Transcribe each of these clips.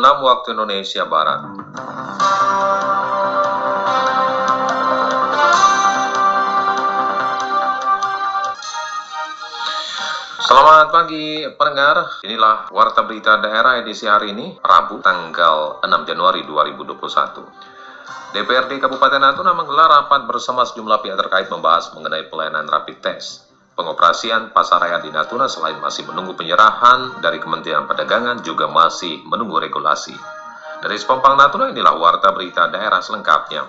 6 waktu Indonesia Barat. Selamat pagi pendengar, inilah Warta Berita Daerah edisi hari ini, Rabu tanggal 6 Januari 2021. DPRD Kabupaten Natuna menggelar rapat bersama sejumlah pihak terkait membahas mengenai pelayanan rapid test. Pengoperasian pasar raya di Natuna selain masih menunggu penyerahan dari Kementerian Perdagangan juga masih menunggu regulasi. Dari Sepompang Natuna, inilah Warta Berita Daerah selengkapnya.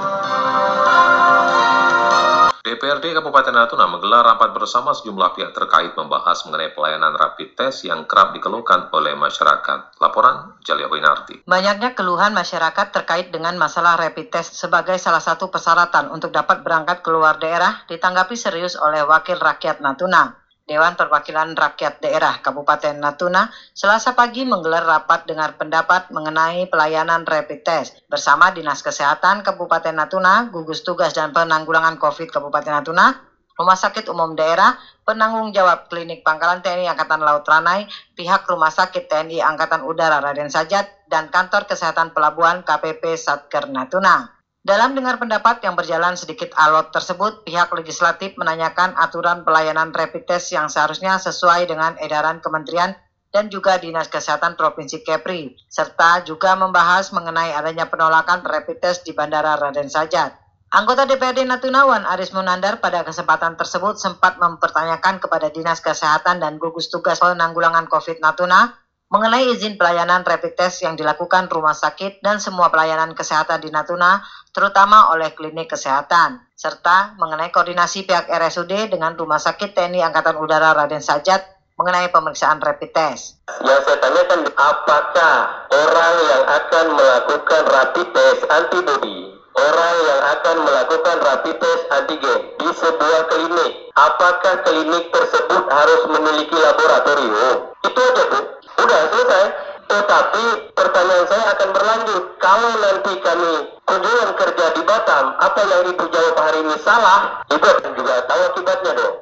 DPRD Kabupaten Natuna menggelar rapat bersama sejumlah pihak terkait membahas mengenai pelayanan rapid test yang kerap dikeluhkan oleh masyarakat. Laporan Jalia Winarti. Banyaknya keluhan masyarakat terkait dengan masalah rapid test sebagai salah satu persyaratan untuk dapat berangkat keluar daerah ditanggapi serius oleh Wakil Rakyat Natuna. Dewan Perwakilan Rakyat Daerah Kabupaten Natuna Selasa pagi menggelar rapat dengar pendapat mengenai pelayanan rapid test bersama Dinas Kesehatan Kabupaten Natuna, Gugus Tugas dan Penanggulangan COVID Kabupaten Natuna, Rumah Sakit Umum Daerah, Penanggung Jawab Klinik Pangkalan TNI Angkatan Laut Ranai, pihak Rumah Sakit TNI Angkatan Udara Raden Sajat, dan Kantor Kesehatan Pelabuhan KPP Satker Natuna. Dalam dengar pendapat yang berjalan sedikit alot tersebut, pihak legislatif menanyakan aturan pelayanan rapid test yang seharusnya sesuai dengan edaran kementerian dan juga Dinas Kesehatan Provinsi Kepri, serta juga membahas mengenai adanya penolakan rapid test di Bandara Raden Sajat. Anggota DPRD Natuna Wan Aris Munandar pada kesempatan tersebut sempat mempertanyakan kepada Dinas Kesehatan dan Gugus Tugas Penanggulangan COVID Natuna mengenai izin pelayanan rapid test yang dilakukan rumah sakit dan semua pelayanan kesehatan di Natuna, terutama oleh klinik kesehatan, serta mengenai koordinasi pihak RSUD dengan Rumah Sakit TNI Angkatan Udara Raden Sajat mengenai pemeriksaan rapid test. Yang saya tanyakan, apakah orang yang akan melakukan rapid test antibody, orang yang akan melakukan rapid test antigen di sebuah klinik, apakah klinik tersebut harus memiliki laboratorium? Itu aja, Bu. Udah selesai. Tetapi pertanyaan saya akan berlanjut. Kalau nanti kami kunjungan kerja di Batam, apa yang Ibu jawab hari ini salah, Ibu akan juga tahu akibatnya dong.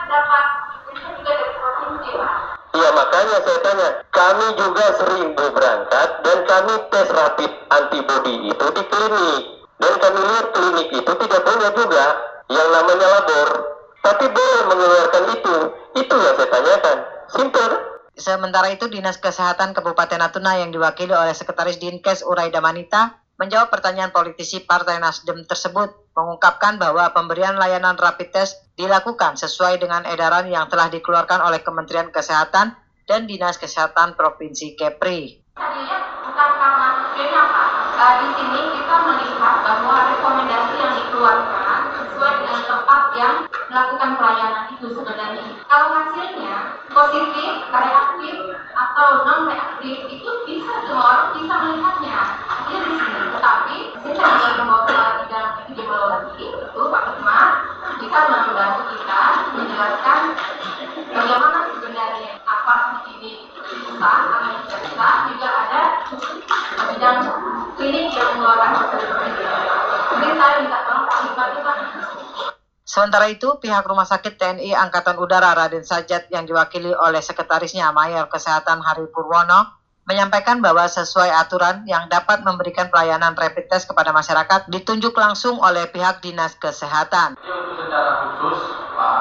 Iya, makanya saya tanya. Kami juga sering berangkat dan kami tes rapid antibody itu di klinik. Dan kami lihat klinik itu tidak punya juga yang namanya labor. Tapi boleh mengeluarkan itu. Itu yang saya tanyakan. Simpel kan? Sementara itu, Dinas Kesehatan Kabupaten Natuna yang diwakili oleh Sekretaris Dinkes Uraida Manita menjawab pertanyaan politisi Partai Nasdem tersebut, mengungkapkan bahwa pemberian layanan rapid test dilakukan sesuai dengan edaran yang telah dikeluarkan oleh Kementerian Kesehatan dan Dinas Kesehatan Provinsi Kepri. Tadinya bukan karena ini apa? Di sini kita melihat bahwa rekomendasi yang dikeluarkan sesuai dengan tempat yang melakukan pelayanan itu sebenarnya. Kalau hasilnya positif, reaktif, atau non reaktif itu bisa semua orang bisa melihatnya. Dia di sini. Tetapi kita juga membawa di dalam epidemiologi itu Pak Ketua bisa membantu kita menjelaskan bagaimana sebenarnya apa ini bisa atau tidak bisa. Juga ada bidang klinik yang mengeluarkan hasil penelitian. Mungkin saya minta tolong Pak Ibu. Sementara itu, pihak Rumah Sakit TNI Angkatan Udara Raden Sajat yang diwakili oleh Sekretarisnya Mayor Kesehatan Hari Purwono menyampaikan bahwa sesuai aturan yang dapat memberikan pelayanan rapid test kepada masyarakat ditunjuk langsung oleh pihak Dinas Kesehatan. Untuk secara khusus, Pak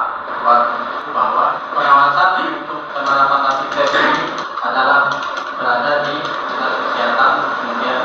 bahwa pengawasan untuk penerapan rapid test ini adalah berada di Dinas Kesehatan, kemudian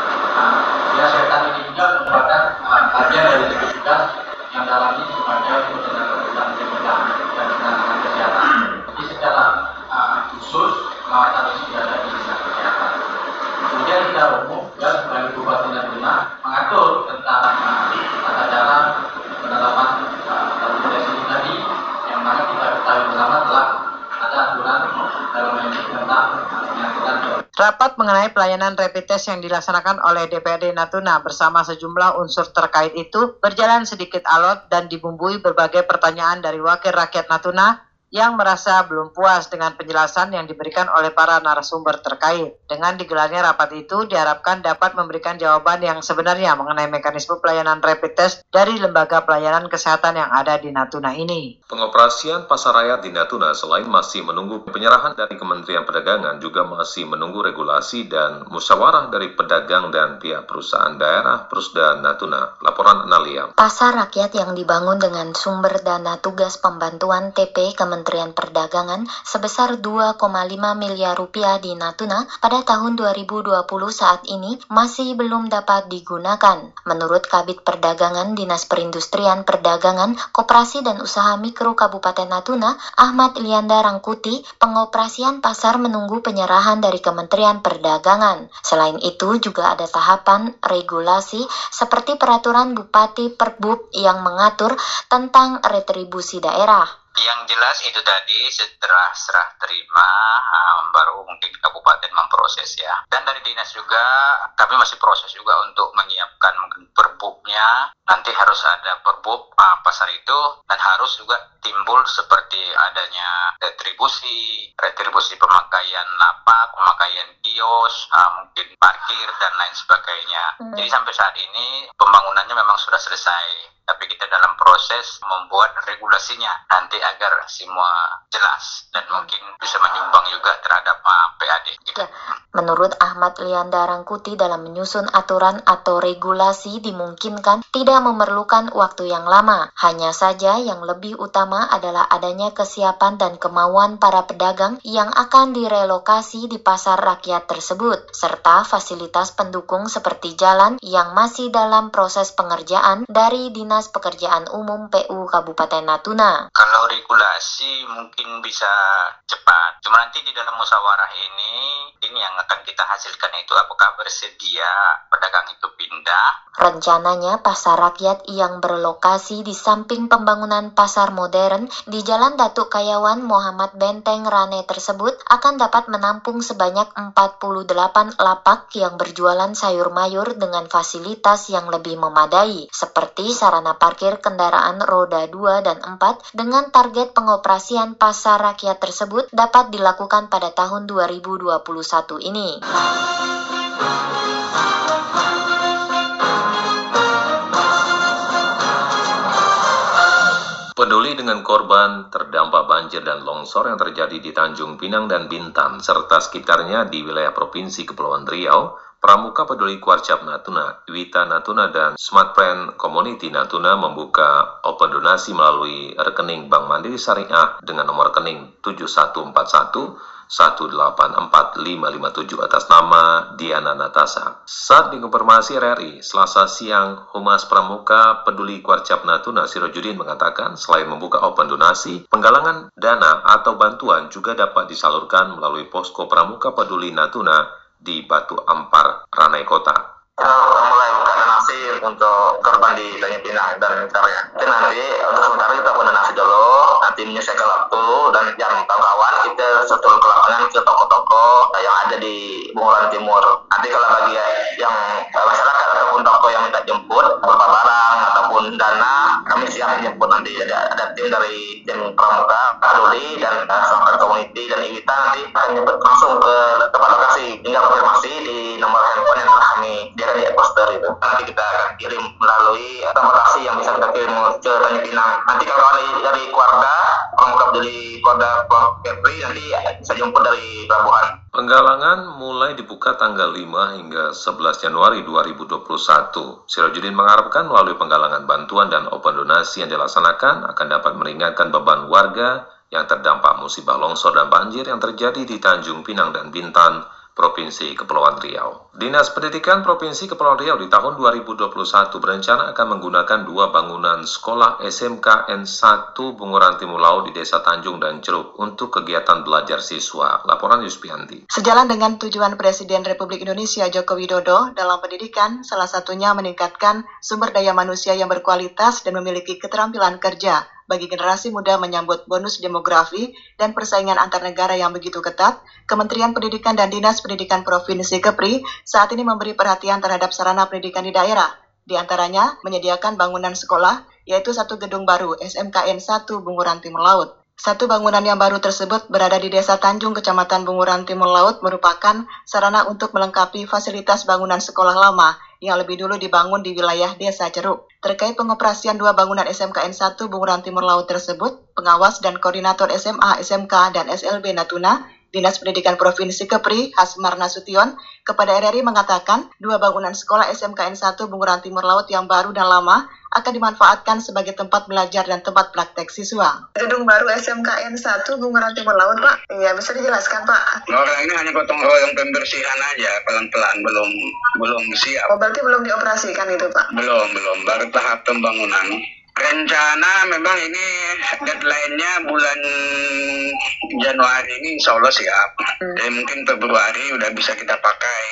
Dinas Kesehatan ini juga merupakan bagian dari tugas yang dalam ini sebagai penyelenggaraan kebutuhan pencegahan dan penanganan kesehatan. Jadi secara khusus pengawasan ini berada di Dinas Kesehatan. Kemudian secara umum dan sebagai Bupati Natuna mengatur tentang tata cara penerapan rapid test ini tadi, yang mana kita ketahui bersama telah ada aturan dalam ini tentang penyakit. Rapat mengenai pelayanan rapid test yang dilaksanakan oleh DPRD Natuna bersama sejumlah unsur terkait itu berjalan sedikit alot dan dibumbui berbagai pertanyaan dari Wakil Rakyat Natuna yang merasa belum puas dengan penjelasan yang diberikan oleh para narasumber terkait. Dengan digelarnya rapat itu diharapkan dapat memberikan jawaban yang sebenarnya mengenai mekanisme pelayanan rapid test dari lembaga pelayanan kesehatan yang ada di Natuna ini. Pengoperasian pasar rakyat di Natuna selain masih menunggu penyerahan dari Kementerian Perdagangan, juga masih menunggu regulasi dan musyawarah dari pedagang dan pihak perusahaan daerah Prusda Natuna. Laporan Analia. Pasar rakyat yang dibangun dengan sumber dana tugas pembantuan TP Kementerian Perdagangan sebesar 2,5 miliar rupiah di Natuna pada tahun 2020 saat ini masih belum dapat digunakan. Menurut Kabid Perdagangan Dinas Perindustrian Perdagangan, Koperasi dan Usaha Mikro Kabupaten Natuna, Ahmad Lianda Rangkuti, pengoperasian pasar menunggu penyerahan dari Kementerian Perdagangan. Selain itu juga ada tahapan regulasi seperti peraturan Bupati Perbub yang mengatur tentang retribusi daerah. Yang jelas itu tadi setelah serah terima baru mungkin kabupaten memproses ya. Dan dari dinas juga kami masih proses juga untuk menyiapkan mungkin perbubnya. Nanti harus ada perbub pasar itu dan harus juga timbul seperti adanya retribusi pemakaian lapak, pemakaian kios, mungkin parkir dan lain sebagainya. Jadi sampai saat ini pembangunannya memang sudah selesai. Tapi kita dalam proses membuat regulasinya nanti agar semua jelas dan mungkin bisa menyumbang juga terhadap PAD. Gitu. Ya, menurut Ahmad Lianda Rangkuti, dalam menyusun aturan atau regulasi dimungkinkan tidak memerlukan waktu yang lama. Hanya saja yang lebih utama adalah adanya kesiapan dan kemauan para pedagang yang akan direlokasi di pasar rakyat tersebut, serta fasilitas pendukung seperti jalan yang masih dalam proses pengerjaan dari Dinas Pekerjaan Umum PU Kabupaten Natuna. Kalau regulasi mungkin bisa cepat, cuma nanti di dalam musyawarah ini yang akan kita hasilkan itu apakah bersedia pedagang itu pindah. Rencananya pasar rakyat yang berlokasi di samping pembangunan pasar modern di Jalan Datuk Kayawan Muhammad Benteng Rane tersebut akan dapat menampung sebanyak 48 lapak yang berjualan sayur mayur dengan fasilitas yang lebih memadai, seperti sarana parkir kendaraan roda 2 dan 4 dengan target pengoperasian pasar rakyat tersebut dapat dilakukan pada tahun 2021 ini. Peduli dengan korban terdampak banjir dan longsor yang terjadi di Tanjung Pinang dan Bintan serta sekitarnya di wilayah Provinsi Kepulauan Riau, Pramuka Peduli Kuarcap Natuna, Wita Natuna, dan Smartfriend Community Natuna membuka open donasi melalui rekening Bank Mandiri Syariah dengan nomor rekening 7141184557 atas nama Diana Natasa. Saat dikonfirmasi RRI, Selasa siang, Humas Pramuka Peduli Kuarcap Natuna Sirojudin mengatakan selain membuka open donasi, penggalangan dana atau bantuan juga dapat disalurkan melalui posko Pramuka Peduli Natuna di Batu Ampar, Ranai Kota. Mulai buka donasi untuk korban di Tanjung Pinang dan sekitarnya. Jadi nanti untuk sementara kita buka donasi dulu, nanti menyesuaikan waktu dan jam kawan kita setul ke lapangan ke toko-toko yang ada di Bunguran Timur. Nanti kalau bagi yang masyarakat ataupun toko yang minta jemput berupa barang ataupun dana, kami siap menjemput nanti. Ada tim dari tim Pramuka Peduli dan Smartfriend Community dan Iwita nanti akan jemput langsung ke tempat lokasi. Tinggal konfirmasi di nomor handphone yang telah kami diakan di poster itu. Nanti kita akan kirim melalui transportasi yang bisa kita kirim ke Tanjung Pinang. Nanti kalau dari keluarga Pramuka Peduli keluarga Kepri nanti bisa jemput dari pelabuhan. Penggalangan mulai dibuka tanggal 5 hingga 11 Januari 2021. Sirojudin mengharapkan melalui penggalangan bantuan dan open donasi yang dilaksanakan akan dapat meringankan beban warga yang terdampak musibah longsor dan banjir yang terjadi di Tanjung Pinang dan Bintan, Provinsi Kepulauan Riau. Dinas Pendidikan Provinsi Kepulauan Riau di tahun 2021 berencana akan menggunakan 2 bangunan sekolah SMKN 1 Bunguran Timur Laut di Desa Tanjung dan Ceruk untuk kegiatan belajar siswa. Laporan Yuspianti. Sejalan dengan tujuan Presiden Republik Indonesia Joko Widodo dalam pendidikan, salah satunya meningkatkan sumber daya manusia yang berkualitas dan memiliki keterampilan kerja. Bagi generasi muda menyambut bonus demografi dan persaingan antar negara yang begitu ketat, Kementerian Pendidikan dan Dinas Pendidikan Provinsi Kepri saat ini memberi perhatian terhadap sarana pendidikan di daerah. Di antaranya menyediakan bangunan sekolah, yaitu 1 gedung baru SMKN 1 Bunguran Timur Laut. Satu bangunan yang baru tersebut berada di Desa Tanjung, Kecamatan Bunguran Timur Laut, merupakan sarana untuk melengkapi fasilitas bangunan sekolah lama yang lebih dulu dibangun di wilayah Desa Ceruk. Terkait pengoperasian dua bangunan SMKN 1 Bunguran Timur Laut tersebut, pengawas dan koordinator SMA, SMK, dan SLB Natuna, Dinas Pendidikan Provinsi Kepri, Hasmar Nasution, kepada RRI mengatakan dua bangunan sekolah SMKN 1 Bunguran Timur Laut yang baru dan lama akan dimanfaatkan sebagai tempat belajar dan tempat praktek siswa. Gedung baru SMKN 1 Bunguran Timur Laut, Pak. Iya, bisa dijelaskan, Pak? Orang ini hanya gotong royong pembersihan aja, pelan-pelan, belum siap. Oh, berarti belum dioperasikan itu, Pak? Belum, baru tahap pembangunan. Rencana memang ini deadline-nya bulan Januari ini insya Allah siap. Jadi mungkin Februari udah bisa kita pakai.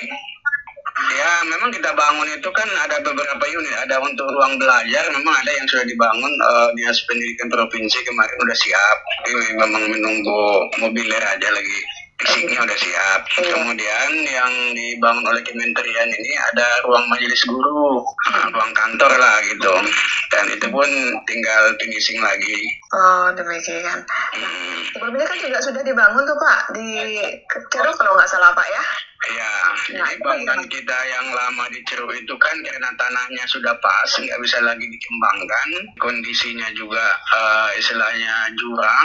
Ya memang kita bangun itu kan ada beberapa unit. Ada untuk ruang belajar, memang ada yang sudah dibangun. Dinas Pendidikan Provinsi kemarin udah siap. Ini memang menunggu mobiler aja lagi. Fisiknya udah siap. Kemudian yang dibangun oleh Kementerian ini ada ruang majelis guru, ruang kantor lah gitu. Dan itu pun tinggal finishing lagi. Oh, demikian. Sebelumnya kan juga sudah dibangun tuh, Pak, di Ceruk kalau nggak salah, Pak, ya? Iya, jadi bangunan kita yang lama di Ceruk itu kan karena tanahnya sudah pas, nggak bisa lagi dikembangkan. Kondisinya juga istilahnya jurang.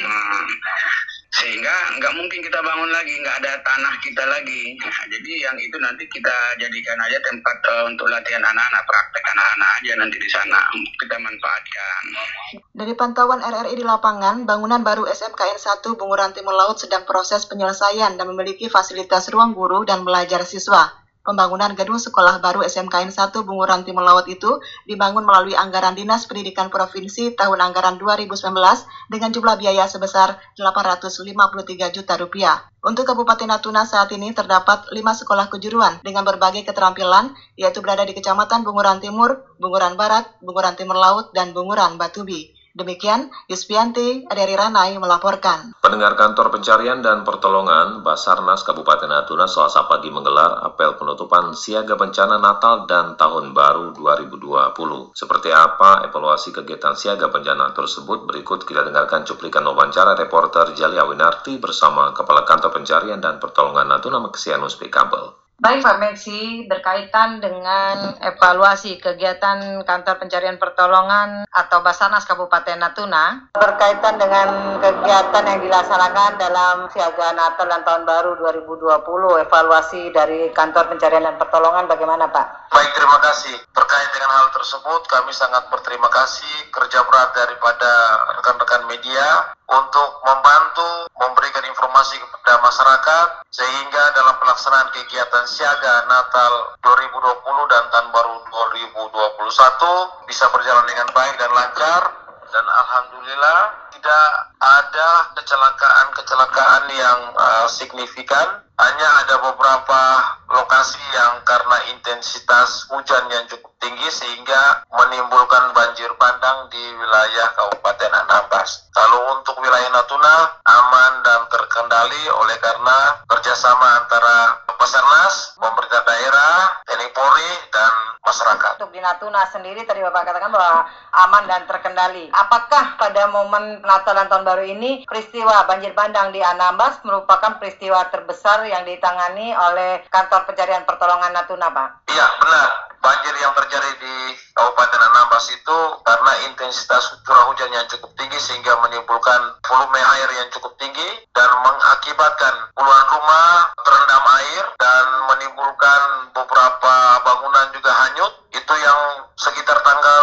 Sehingga nggak mungkin kita bangun lagi, nggak ada tanah kita lagi. Nah, jadi yang itu nanti kita jadikan aja tempat untuk latihan anak-anak, praktek anak-anak aja nanti di sana kita manfaatkan. Dari pantauan RRI di lapangan, bangunan baru SMKN 1 Bunguran Timur Laut sedang proses penyelesaian dan memiliki fasilitas ruang guru dan belajar siswa. Pembangunan gedung sekolah baru SMKN 1 Bunguran Timur Laut itu dibangun melalui anggaran Dinas Pendidikan Provinsi tahun anggaran 2019 dengan jumlah biaya sebesar Rp853 juta. Untuk Kabupaten Natuna saat ini terdapat 5 sekolah kejuruan dengan berbagai keterampilan, yaitu berada di Kecamatan Bunguran Timur, Bunguran Barat, Bunguran Timur Laut, dan Bunguran Batubi. Demikian, Yuspianti dari Ranai melaporkan. Pendengar Kantor Pencarian dan Pertolongan Basarnas Kabupaten Natuna Selasa pagi menggelar apel penutupan siaga bencana Natal dan Tahun Baru 2020. Seperti apa evaluasi kegiatan siaga bencana tersebut? Berikut kita dengarkan cuplikan wawancara reporter Jalia Winarti bersama Kepala Kantor Pencarian dan Pertolongan Natuna Meksianus P. Kabel. Baik Pak Meksi, berkaitan dengan evaluasi kegiatan Kantor Pencarian Pertolongan atau Basarnas Kabupaten Natuna, berkaitan dengan kegiatan yang dilaksanakan dalam siaga Natal dan Tahun Baru 2020, evaluasi dari Kantor Pencarian dan Pertolongan bagaimana Pak? Baik, terima kasih. Terkait dengan hal tersebut, kami sangat berterima kasih kerja berat daripada rekan-rekan media untuk membantu memberikan informasi kepada masyarakat sehingga dalam pelaksanaan kegiatan siaga Natal 2020 dan Tahun Baru 2021 bisa berjalan dengan baik dan lancar, dan alhamdulillah tidak ada kecelakaan yang signifikan. Hanya ada beberapa lokasi yang karena intensitas hujan yang cukup tinggi sehingga menimbulkan banjir bandang di wilayah Kabupaten Anambas. Kalau untuk wilayah Natuna aman dan terkendali oleh karena kerjasama antara Basarnas, pemerintah daerah, TNI Polri, dan masyarakat. Untuk di Natuna sendiri tadi Bapak katakan bahwa aman dan terkendali. Apakah pada momen Natal dan Tahun Baru ini peristiwa banjir bandang di Anambas merupakan peristiwa terbesar yang ditangani oleh Kantor Pencarian Pertolongan Natuna, Pak? Iya, benar. Banjir yang terjadi di Kabupaten Anambas itu karena intensitas curah hujan yang cukup tinggi sehingga menimbulkan volume air yang cukup tinggi dan mengakibatkan puluhan rumah terendam air dan menimbulkan beberapa bangunan juga hanyut. Itu yang sekitar tanggal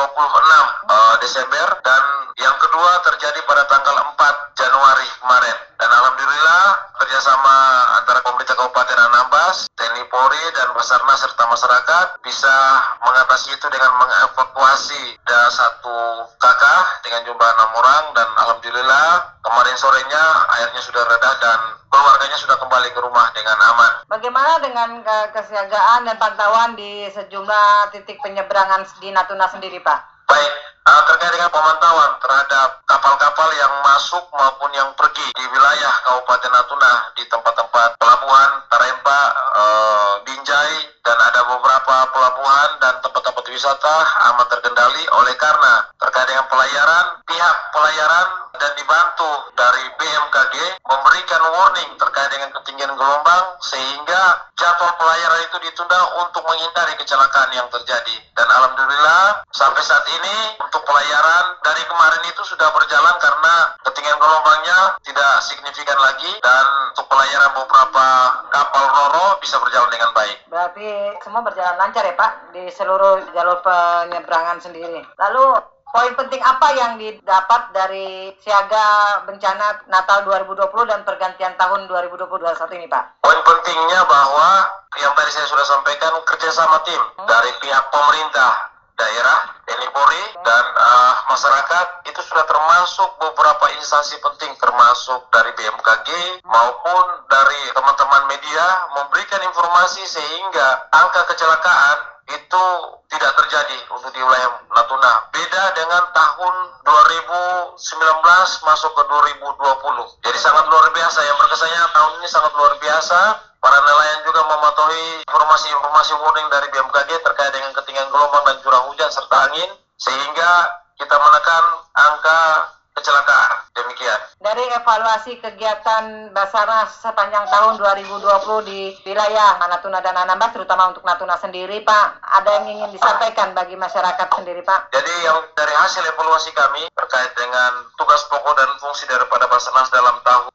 26 Desember, dan yang kedua terjadi pada tanggal 4 Januari kemarin. Dan alhamdulillah kerjasama antara pemerintah Kabupaten Anambas, TNI Polri, dan Basarnas serta masyarakat bisa mengatasi itu dengan mengevakuasi ada satu kakak dengan jumlah 6 orang, dan alhamdulillah kemarin sorenya airnya sudah reda dan keluarganya sudah kembali ke rumah dengan aman. Bagaimana dengan kesiagaan dan pantauan di sejumlah titik penyeberangan di Natuna sendiri, Pak? Baik, terkait dengan pemantauan terhadap kapal-kapal yang masuk maupun yang pergi di wilayah Kabupaten Natuna di tempat-tempat pelabuhan Tarempa, Binjai, dan ada beberapa pelabuhan dan tempat-tempat wisata aman terkendali. Oleh karena terkait dengan pelayaran, pihak pelayaran dan dibantu dari BMKG memberikan warning terkait dengan ketinggian gelombang sehingga jadwal pelayaran itu ditunda untuk menghindari kecelakaan yang terjadi. Dan alhamdulillah sampai saat ini untuk pelayaran dari kemarin itu sudah berjalan karena ketinggian gelombangnya tidak signifikan lagi, dan untuk pelayaran beberapa kapal Roro bisa berjalan dengan baik. Berarti semua berjalan lancar ya Pak di seluruh jalur penyeberangan sendiri. Lalu poin penting apa yang didapat dari siaga bencana Natal 2020 dan pergantian tahun 2021 ini Pak? Poin pentingnya bahwa yang tadi saya sudah sampaikan, kerjasama tim dari pihak pemerintah daerah, TNI Polri, dan masyarakat itu sudah termasuk beberapa instansi penting, termasuk dari BMKG maupun dari teman-teman media memberikan informasi sehingga angka kecelakaan itu tidak terjadi untuk di wilayah Natuna. Beda dengan tahun 2019 masuk ke 2020. Jadi sangat luar biasa. Yang berkesannya tahun ini sangat luar biasa. Para nelayan juga mematuhi informasi warning dari BMKG terkait dengan ketinggian gelombang dan curah hujan serta angin, sehingga kita menekan angka kecelakaan. Demikian. Dari evaluasi kegiatan Basarnas sepanjang tahun 2020 di wilayah Natuna dan Anambas, terutama untuk Natuna sendiri, Pak, ada yang ingin disampaikan bagi masyarakat sendiri, Pak? Jadi yang dari hasil evaluasi kami terkait dengan tugas pokok dan fungsi daripada Basarnas dalam tahun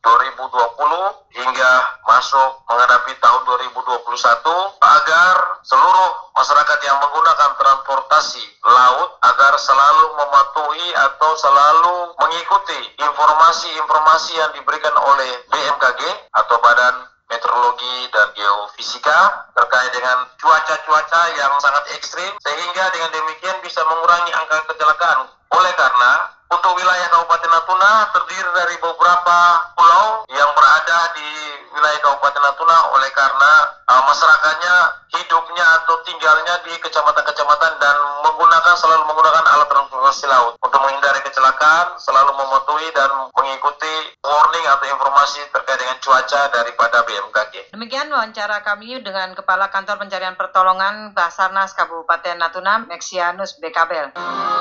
2020 hingga masuk menghadapi tahun 2021, agar seluruh masyarakat yang menggunakan transportasi laut agar selalu mematuhi atau selalu mengikuti informasi yang diberikan oleh BMKG atau Badan Meteorologi dan Geofisika terkait dengan cuaca yang sangat ekstrim, sehingga dengan demikian bisa mengurangi angka kecelakaan. Oleh karena untuk wilayah Kabupaten Natuna terdiri dari beberapa pulau yang berada di wilayah Kabupaten Natuna, oleh karena masyarakatnya hidupnya atau tinggalnya di kecamatan-kecamatan dan selalu menggunakan alat transportasi laut. Untuk menghindari kecelakaan, selalu mematuhi dan mengikuti warning atau informasi terkait dengan cuaca daripada BMKG. Demikian wawancara kami dengan Kepala Kantor Pencarian Pertolongan Basarnas Kabupaten Natuna, Mexianus Bekabel.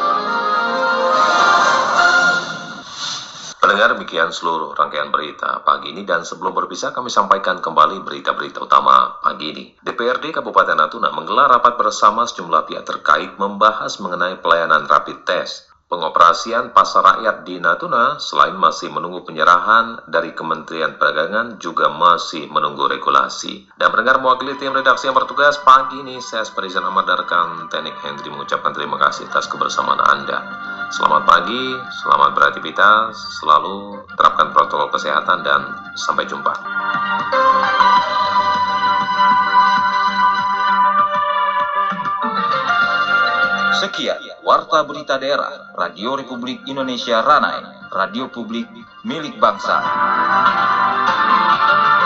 Pendengar, demikian seluruh rangkaian berita pagi ini, dan sebelum berpisah kami sampaikan kembali berita-berita utama pagi ini. DPRD Kabupaten Natuna menggelar rapat bersama sejumlah pihak terkait membahas mengenai pelayanan rapid test. Pengoperasian pasar rakyat di Natuna selain masih menunggu penyerahan dari Kementerian Perdagangan juga masih menunggu regulasi. Dan pendengar, mewakili tim redaksi yang bertugas pagi ini, saya Sparizan Ahmad dan rekan teknik Hendri mengucapkan terima kasih atas kebersamaan Anda. Selamat pagi, selamat beraktivitas, selalu terapkan protokol kesehatan dan sampai jumpa. Sekian Warta Berita Daerah Radio Republik Indonesia Ranai, radio publik milik bangsa.